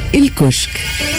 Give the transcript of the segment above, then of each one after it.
الكشك.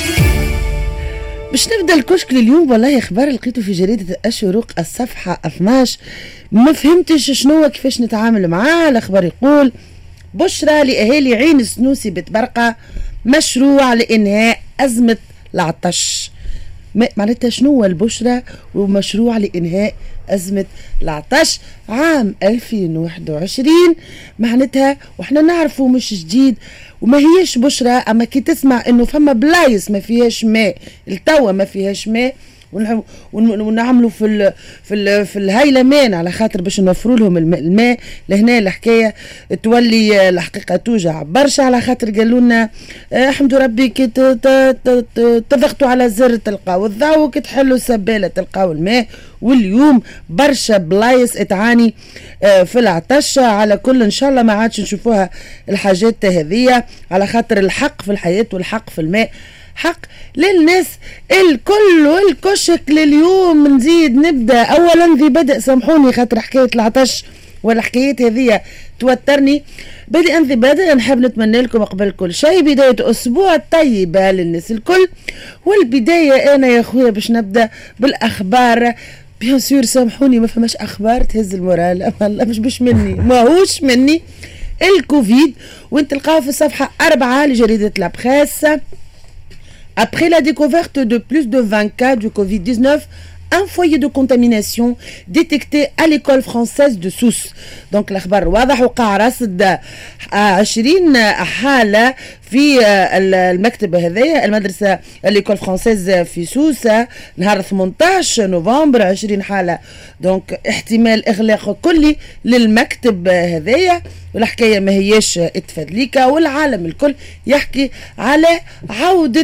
باش نبدا الكشك لليوم. والله اخبار لقيته في جريدة الشروق الصفحة 12 ما فهمتش شنو كيفاش نتعامل معاه. الاخبار يقول بشرى لأهالي عين السنوسي بتبرقة، مشروع لإنهاء أزمة العطش. معناتها شنو البشرى ومشروع لإنهاء أزمة العطش عام 2021 معناتها، وإحنا نعرفوا مش جديد وما هيش بشرى. أما كي تسمع إنه فما بلايص ما فيهاش ماء، التوا ما فيهاش ماء ونعملوا في الهيلمان على خاطر باش نوفروا لهم الماء، لهنا الحكايه تولي الحقيقه توجع برشا، على خاطر قالوا لنا احمدوا ربي كي تضغطوا على زر تلقاو الضوء وكي تحلوا السباله تلقاو الماء. واليوم برشا بلايص تعاني في العطش. على كل ان شاء الله ما عادش نشوفوها الحاجات هذه، على خاطر الحق في الحياه والحق في الماء حق للناس الكل. والكشك لليوم نزيد نبدا اولا ذي بدء، سامحوني خاطر حكايه العطش والحكايات هذه توترني. بدءا ذي بدء نحب نتمنى لكم قبل كل شيء بدايه اسبوع طيبه للناس الكل. والبدايه انا يا اخويا باش نبدا بالاخبار. بيان سور سامحوني ما فماش اخبار تهز المورال، والله مش مني، ماهوش مني. الكوفيد وانت تلقاو في الصفحه 4 لجريده لا بريس. Après la découverte de plus de 20 cas du Covid-19, un foyer de contamination détecté à l'école française de Sousse. Donc الأخبار واضح، وقع رصد 20 حالة في المكتب هذايا المدرسة الإيكول فرانسيز في سوس نهار 18 نوفمبر. 20 حالة، دونك احتمال إغلاق كلي للمكتب هذايا. والحكاية ما هيش اتفادليكا، والعالم الكل يحكي على عودة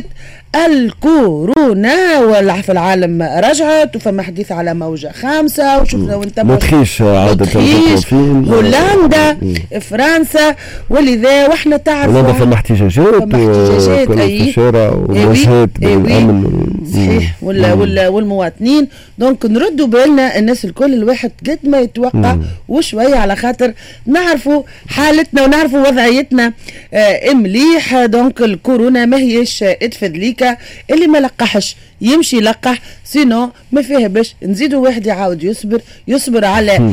الكورونا. والعفو العالم رجعت وفما حديث على موجة 5، وشفنا ونتبعوا متخيش عودة هولندا فرنسا. ولذا واحنا تعرفوا هولندا فما احتجاجات في الشارع ومواجهات بالأمن صحيح والمواطنين. دونك نردوا بالنا الناس الكل، الواحد قد ما يتوقع وشوية على خاطر نعرفوا حالتنا ونعرفوا وضعيتنا مليح. دونك الكورونا ما هيش اتفادليكا، اللي ما لقحش يمشي يلقح، سينو ما فيها باش نزيدوا واحد يعاود يصبر على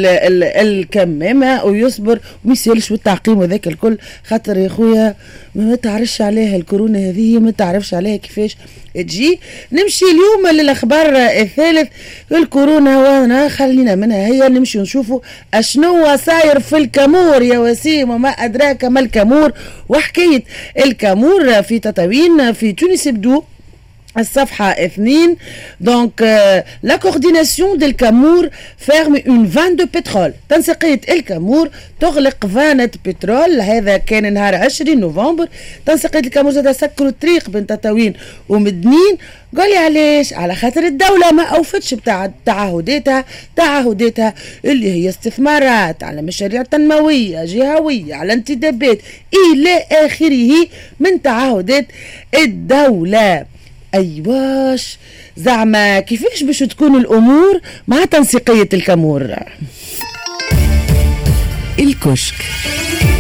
الكمامة ويصبر وما يسالش والتعقيم وذاك الكل. خاطر يا خويا ما تعرفش عليها الكورونا هذه، ما تعرفش عليها كيفاش تجي. نمشي اليوم للاخبار الثالث الكورونا، وانا خلينا منها هي نمشي نشوفوا اشنو صاير في الكامور يا وسيم، وما ادراك ما الكامور. وحكايه الكامور في تطاوين في تونس بدو الصفحة 2. Donc la coordination del Camour ferme une vanne de pétrole. تنسيقية الكامور تغلق فانة بترول. هذا كان نهار 20 نوفمبر. تنسيقية الكامور زاد سكروا الطريق بين تطاوين ومدنين. قالي علاش؟ على خاطر الدولة ما أوفتش بتاع تعهداتها اللي هي استثمارات على مشاريع تنموية جهوية على انتدابات إلى آخره من تعهدات الدولة. أيواش زعما كيفاش باش تكون الأمور مع تنسيقية الكامور. الكشك.